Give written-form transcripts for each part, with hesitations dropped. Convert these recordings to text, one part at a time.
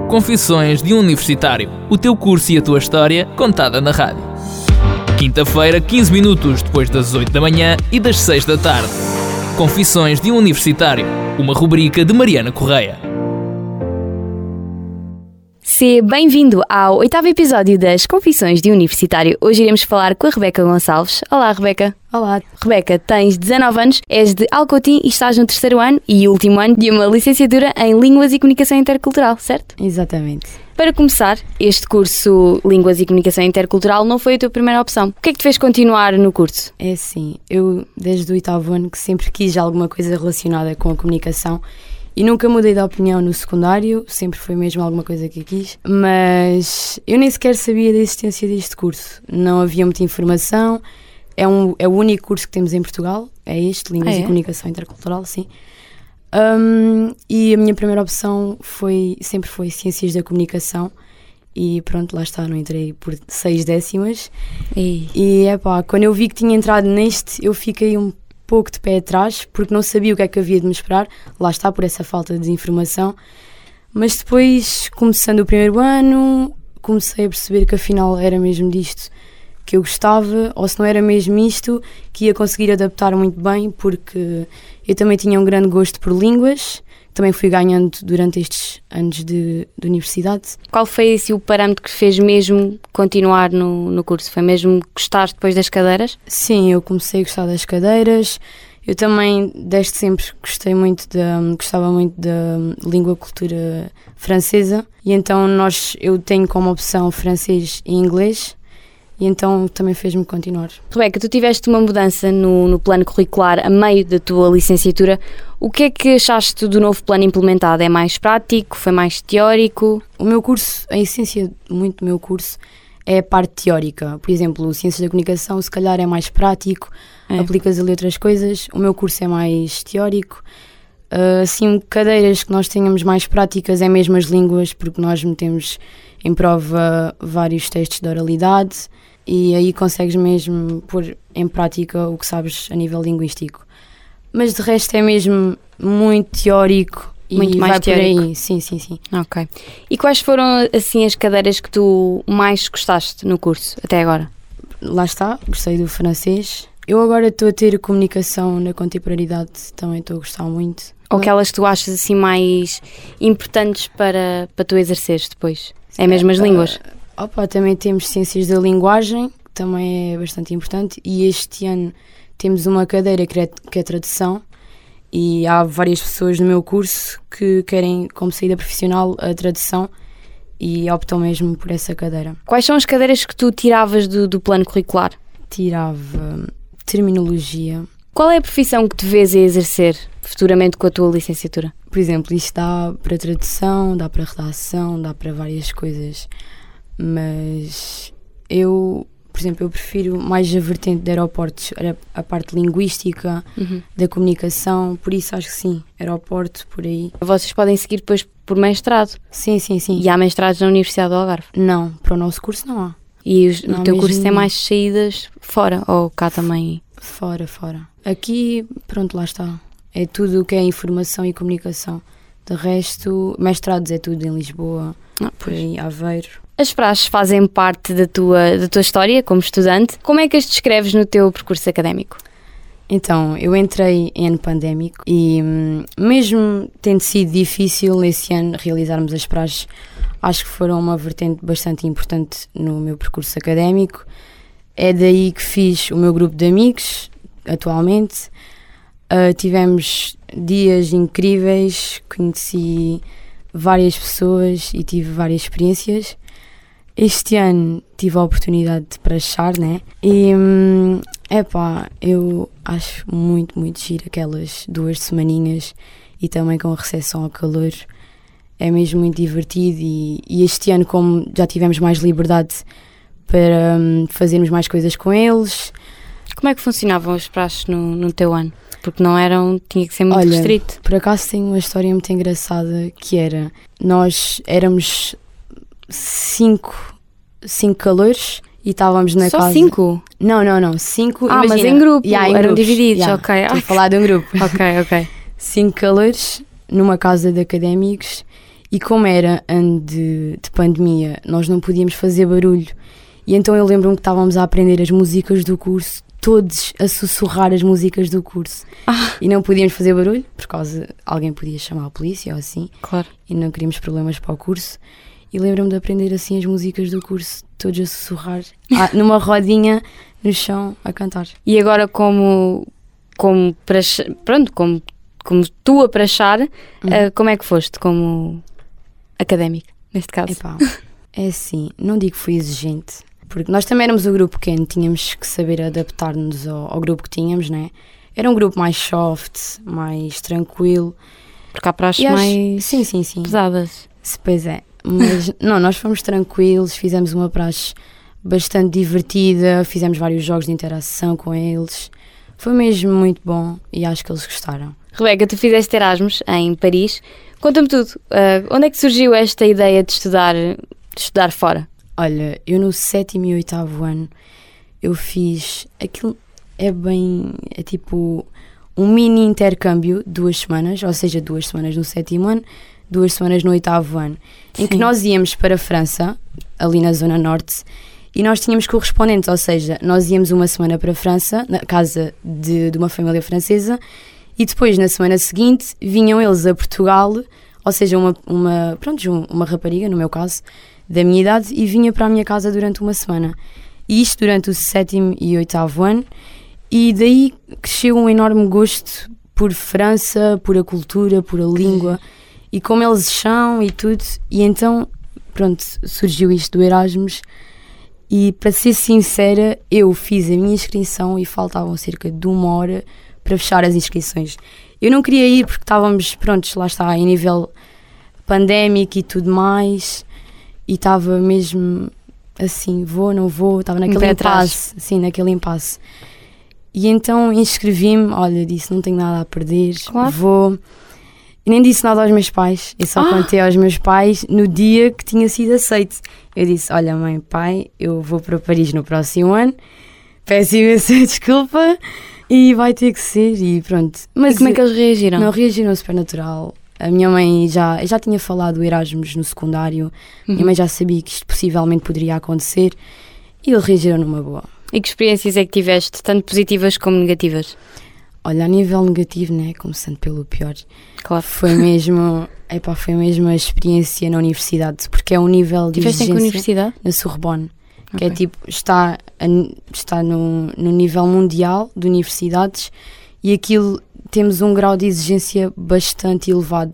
Confissões de um Universitário. O teu curso e a tua história contada na rádio. Quinta-feira, 15 minutos depois das 8 da manhã e das 6 da tarde. Confissões de um Universitário. Uma rubrica de Mariana Correia. Seja bem-vindo ao 8º episódio das Confissões de um Universitário. Hoje iremos falar com a Rebeca Gonçalves. Olá, Rebeca. Olá. Rebeca, tens 19 anos, és de Alcotim e estás no 3º ano e último ano de uma licenciatura em Línguas e Comunicação Intercultural, certo? Exatamente. Para começar, este curso Línguas e Comunicação Intercultural não foi a tua primeira opção. O que é que te fez continuar no curso? É assim, eu desde o 8º ano que sempre quis alguma coisa relacionada com a comunicação e nunca mudei de opinião no secundário, sempre foi mesmo alguma coisa que eu quis, mas eu nem sequer sabia da existência deste curso, não havia muita informação, é o único curso que temos em Portugal, é este, Línguas e Comunicação Intercultural, sim. E a minha primeira opção sempre foi Ciências da Comunicação e pronto, lá está, não entrei por 6 décimas e quando eu vi que tinha entrado neste, eu fiquei um pouco de pé atrás, porque não sabia o que é que havia de me esperar, lá está, por essa falta de informação, mas depois, começando o primeiro ano, comecei a perceber que afinal era mesmo disto que eu gostava, ou se não era mesmo isto, que ia conseguir adaptar muito bem, porque eu também tinha um grande gosto por línguas, também fui ganhando durante estes anos de universidade. Qual foi assim, o parâmetro que fez mesmo continuar no curso? Foi mesmo gostar depois das cadeiras? Sim, eu comecei a gostar das cadeiras. Eu também, desde sempre, gostava muito da língua cultura francesa. E então eu tenho como opção francês e inglês. E então também fez-me continuar. Rebeca, tu tiveste uma mudança no plano curricular a meio da tua licenciatura. O que é que achaste do novo plano implementado? É mais prático? Foi mais teórico? O meu curso, a essência muito do meu curso é a parte teórica. Por exemplo, Ciências da Comunicação se calhar é mais prático, aplicas ali outras coisas. O meu curso é mais teórico. Assim, cadeiras que nós tenhamos mais práticas é mesmo as línguas, porque nós metemos em prova vários testes de oralidade e aí consegues mesmo pôr em prática o que sabes a nível linguístico. Mas de resto é mesmo muito teórico e muito mais vai teórico. por aí. Sim. Ok. E quais foram assim as cadeiras que tu mais gostaste no curso até agora? Lá está, gostei do francês. Eu agora estou a ter comunicação na contemporaneidade, também estou a gostar muito. Ou aquelas que tu achas assim mais importantes para tu exerceres depois? É mesmo as línguas? Também temos Ciências da Linguagem, que também é bastante importante, e este ano temos uma cadeira que é tradução, e há várias pessoas no meu curso que querem, como saída profissional, a tradução e optam mesmo por essa cadeira. Quais são as cadeiras que tu tiravas do plano curricular? Tirava terminologia. Qual é a profissão que te vês a exercer futuramente com a tua licenciatura? Por exemplo, isto dá para tradução, dá para redação, dá para várias coisas, mas eu prefiro mais a vertente de aeroportos, a parte linguística, da comunicação, por isso acho que sim, aeroporto, por aí. Vocês podem seguir depois por mestrado? Sim. E há mestrados na Universidade do Algarve? Não, para o nosso curso não há. E o teu curso tem mais saídas fora ou cá também? Fora. Aqui, pronto, lá está. É tudo o que é informação e comunicação. De resto, mestrados é tudo em Lisboa, por aí, Aveiro. As praxes fazem parte da tua história como estudante. Como é que as descreves no teu percurso académico? Então, eu entrei em ano pandémico e mesmo tendo sido difícil esse ano realizarmos as praxes, acho que foram uma vertente bastante importante no meu percurso académico. É daí que fiz o meu grupo de amigos, atualmente. Tivemos dias incríveis, conheci várias pessoas e tive várias experiências. Este ano tive a oportunidade de praxar, né? E eu acho muito, muito giro aquelas 2 semaninhas e também com a recepção ao calor. É mesmo muito divertido e este ano, como já tivemos mais liberdade para fazermos mais coisas com eles. Como é que funcionavam as praxes no teu ano? Porque tinha que ser muito restrito. Por acaso tenho uma história muito engraçada que era, nós éramos 5 calouros e estávamos na casa... Só 5? Não, 5, imagina. Mas em grupo, em eram grupos. divididos, ok. Estou a falar de um grupo. Ok. 5 calouros numa casa de académicos E como era ano de pandemia, nós não podíamos fazer barulho. E então eu lembro-me que estávamos a aprender as músicas do curso, todos a sussurrar as músicas do curso. E não podíamos fazer barulho, por causa alguém podia chamar a polícia ou assim. Claro. E não queríamos problemas para o curso. E lembro-me de aprender assim as músicas do curso, todos a sussurrar, numa rodinha no chão, a cantar. E agora como tu a prachar, como é que foste como académica, neste caso? Epá, é assim, não digo que fui exigente, porque nós também éramos o grupo pequeno, tínhamos que saber adaptar-nos ao grupo que tínhamos, né? Era um grupo mais soft, mais tranquilo. Porque há praxes mais sim. pesadas. Pois é, mas não, nós fomos tranquilos, fizemos uma praxe bastante divertida, fizemos vários jogos de interação com eles. Foi mesmo muito bom e acho que eles gostaram. Rebeca, tu fizeste Erasmus em Paris. Conta-me tudo. Onde é que surgiu esta ideia de estudar fora? Olha, eu no 7º e 8º ano eu fiz aquilo, é tipo um mini intercâmbio, 2 semanas, ou seja, 2 semanas no 7º ano, 2 semanas no 8º ano, em que nós íamos para a França, ali na zona norte, e nós tínhamos correspondentes, ou seja, nós íamos uma semana para a França, na casa de uma família francesa, e depois na semana seguinte vinham eles a Portugal, ou seja, uma rapariga, no meu caso, da minha idade, e vinha para a minha casa durante uma semana. E isto durante o 7º e 8º ano, e daí cresceu um enorme gosto por França, por a cultura, por a língua, e como eles são e tudo. E então, pronto, surgiu isto do Erasmus. E para ser sincera, eu fiz a minha inscrição e faltavam cerca de 1 hora para fechar as inscrições. Eu não queria ir porque estávamos, prontos, lá está, em nível pandémico e tudo mais, e estava mesmo assim, vou, não vou, estava naquele impasse, sim, naquele impasse. E então inscrevi-me, olha, disse, não tenho nada a perder, claro. Vou. E nem disse nada aos meus pais, eu só contei aos meus pais no dia que tinha sido aceito. Eu disse, olha mãe, pai, eu vou para Paris no próximo ano, peço imensa desculpa e vai ter que ser e pronto. Mas e como é que eles reagiram? Não, reagiram super natural. A minha mãe já tinha falado do Erasmus no secundário, minha mãe já sabia que isto possivelmente poderia acontecer e eles reagiram numa boa. E que experiências é que tiveste, tanto positivas como negativas? Olha, a nível negativo, né, começando pelo pior, claro. foi mesmo a experiência na universidade, porque é um nível de exigência. Tiveste em que universidade? Na Sorbonne, que é tipo, está no nível mundial de universidades e aquilo temos um grau de exigência bastante elevado,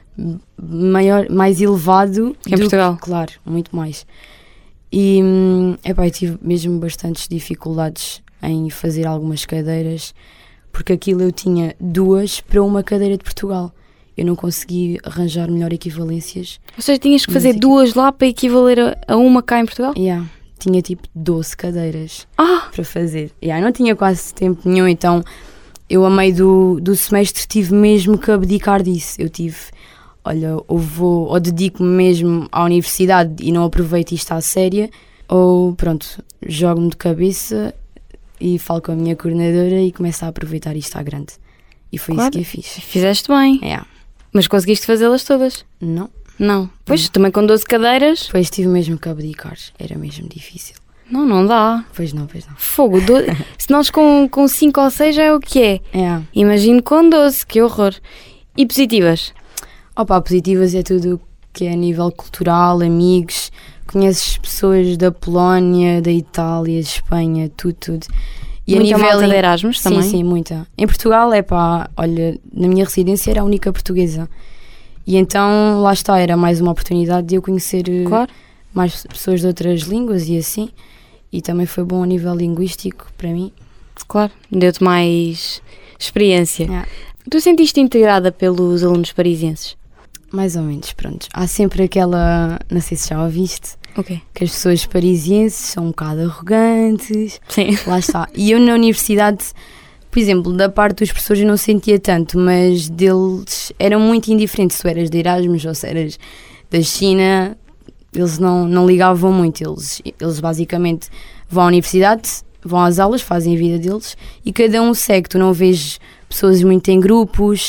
mais elevado que em Portugal. Claro, muito mais. E eu tive mesmo bastantes dificuldades em fazer algumas cadeiras, porque aquilo eu tinha 2 para uma cadeira de Portugal. Eu não consegui arranjar melhor equivalências. Ou seja, tinhas que fazer 2 lá para equivaler a uma cá em Portugal? Tinha tipo 12 cadeiras para fazer. Não tinha quase tempo nenhum, então eu a meio do semestre tive mesmo que abdicar disso. Eu tive, olha, ou dedico-me mesmo à universidade e não aproveito isto à séria, ou pronto, jogo-me de cabeça e falo com a minha coordenadora e começo a aproveitar isto à grande. E foi isso que eu fiz. Fizeste bem. Mas conseguiste fazê-las todas? Não. Pois, também com 12 cadeiras. Pois, tive mesmo que abdicar. Era mesmo difícil. Não dá. Pois não. Fogo. Se nós com 5 ou 6 já é o que é. Imagino com 12, que horror. E positivas? Positivas é tudo que é a nível cultural, amigos. Conheces pessoas da Polónia, da Itália, Espanha, tudo. E muita malta de Erasmus também? Sim, muita. Em Portugal, olha, na minha residência era a única portuguesa. E então, lá está, era mais uma oportunidade de eu conhecer mais pessoas de outras línguas e assim. E também foi bom a nível linguístico para mim. Claro, deu-te mais experiência. Tu sentiste integrada pelos alunos parisienses? Mais ou menos, pronto. Há sempre aquela, não sei se já ouviste, que as pessoas parisienses são um bocado arrogantes. Sim. Lá está. E eu na universidade, por exemplo, da parte dos professores eu não sentia tanto, mas deles eram muito indiferentes. Se tu eras de Erasmus ou se eras da China, eles não ligavam muito. Eles basicamente vão à universidade, vão às aulas, fazem a vida deles e cada um segue. Tu não vês pessoas muito em grupos.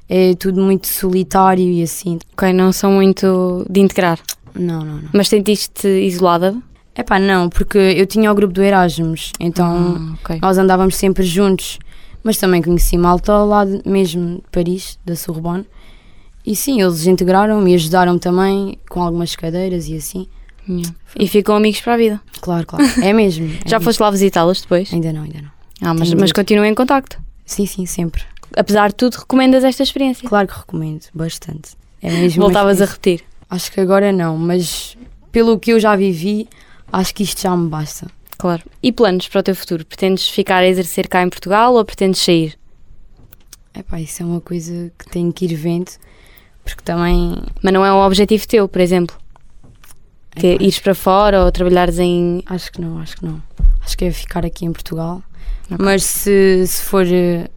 é tudo muito solitário e assim. Ok, não são muito de integrar. Não. Mas sentiste isolada? Epá, não, porque eu tinha o grupo do Erasmus, então Ok. nós andávamos sempre juntos, mas também conheci malta lá mesmo de Paris, da Sorbonne, e sim, eles integraram-me e ajudaram-me também com algumas cadeiras e assim. E ficam amigos para a vida. Claro, é mesmo. Já foste lá visitá-los depois? Ainda não. Mas continuam em contacto. Sim, sempre. Apesar de tudo, recomendas esta experiência? Claro que recomendo, bastante. É mesmo. Voltavas a repetir? Acho que agora não, mas pelo que eu já vivi, acho que isto já me basta. Claro. E planos para o teu futuro? Pretendes ficar a exercer cá em Portugal ou pretendes sair? Epá, isso é uma coisa que tenho que ir vendo, porque também... Mas não é um objetivo teu, por exemplo? Ires para fora ou trabalhares em... Acho que não. Acho que é ficar aqui em Portugal. Okay. Mas se for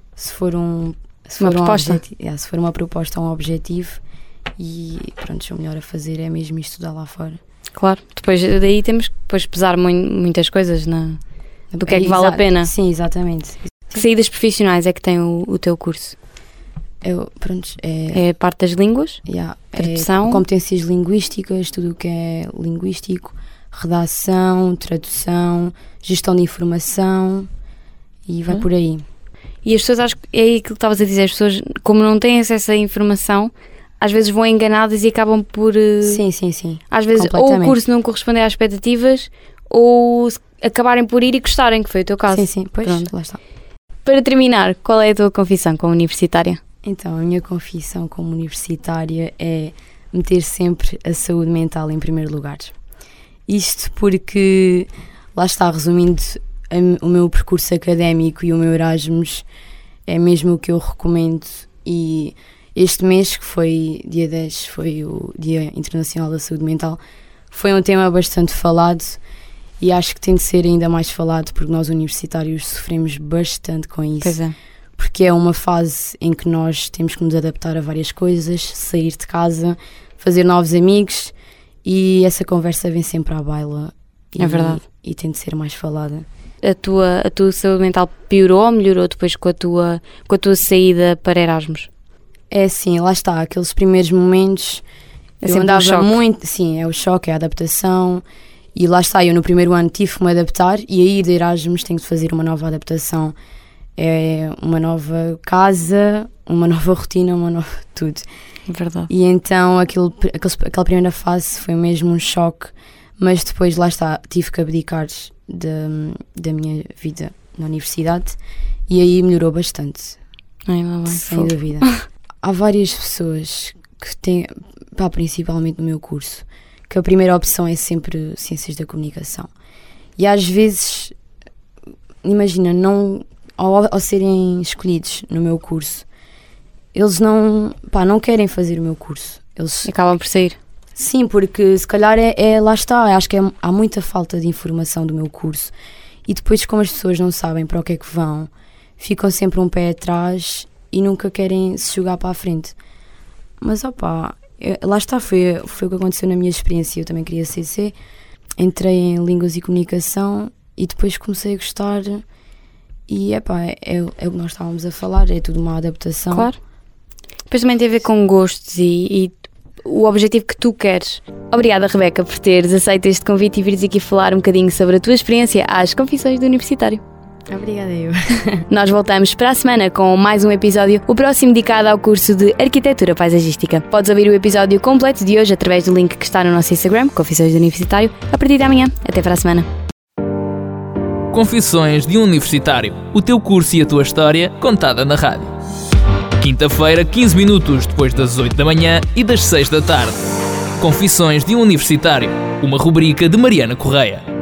uma proposta, um objetivo, e pronto, o melhor a fazer é mesmo estudar lá fora. Claro, depois daí temos que pesar muitas coisas do que é que vale a pena. Sim, exatamente. Que saídas profissionais é que tem o teu curso? É parte das línguas? Tradução? Competências linguísticas, tudo o que é linguístico, redação, tradução, gestão de informação e vai por aí. E as pessoas, acho que é aquilo que estavas a dizer, as pessoas, como não têm acesso à informação, às vezes vão enganadas e acabam por... Sim. Às vezes ou o curso não corresponder às expectativas ou acabarem por ir e gostarem, que foi o teu caso. Sim, pois, pronto. Lá está. Para terminar, qual é a tua confissão como universitária? Então, a minha confissão como universitária é meter sempre a saúde mental em primeiro lugar. Isto porque, lá está, resumindo o meu percurso académico e o meu Erasmus, é mesmo o que eu recomendo. E este mês, que foi dia 10, foi o Dia Internacional da Saúde Mental, foi um tema bastante falado e acho que tem de ser ainda mais falado porque nós universitários sofremos bastante com isso. Pois é. Porque é uma fase em que nós temos que nos adaptar a várias coisas, sair de casa, fazer novos amigos e essa conversa vem sempre à baila. É verdade. E tem de ser mais falada. A tua saúde mental piorou ou melhorou depois com a tua saída para Erasmus? É assim, lá está, aqueles primeiros momentos eu andava muito, sim, é o choque, é a adaptação e lá está, eu no primeiro ano tive que me adaptar e aí de Erasmus tenho de fazer uma nova adaptação, é uma nova casa, uma nova rotina, uma nova tudo. É verdade. E então aquela primeira fase foi mesmo um choque, mas depois lá está, tive que abdicar da minha vida na universidade e aí melhorou bastante. Sem dúvida. Há várias pessoas que têm, principalmente no meu curso, que a primeira opção é sempre Ciências da Comunicação. E às vezes, imagina, ao serem escolhidos no meu curso, eles não querem fazer o meu curso. Eles acabam por sair. Sim, porque se calhar lá está, acho que há muita falta de informação do meu curso. E depois, como as pessoas não sabem para o que é que vão, ficam sempre um pé atrás e nunca querem se jogar para a frente. Mas lá está, foi o que aconteceu na minha experiência. Eu também queria CC, entrei em Línguas e Comunicação e depois comecei a gostar e é o que nós estávamos a falar, é tudo uma adaptação. Claro. Depois também tem a ver com gostos e o objetivo que tu queres. Obrigada, Rebeca, por teres aceito este convite e vires aqui falar um bocadinho sobre a tua experiência às Confissões do Universitário. Obrigada eu. Nós voltamos para a semana com mais um episódio, o próximo dedicado ao curso de Arquitetura Paisagística. Podes ouvir o episódio completo de hoje através do link que está no nosso Instagram, Confissões do Universitário, a partir de amanhã. Até para a semana. Confissões de um Universitário. O teu curso e a tua história contada na rádio. Quinta-feira, 15 minutos depois das 8 da manhã e das 6 da tarde. Confissões de um Universitário. Uma rubrica de Mariana Correia.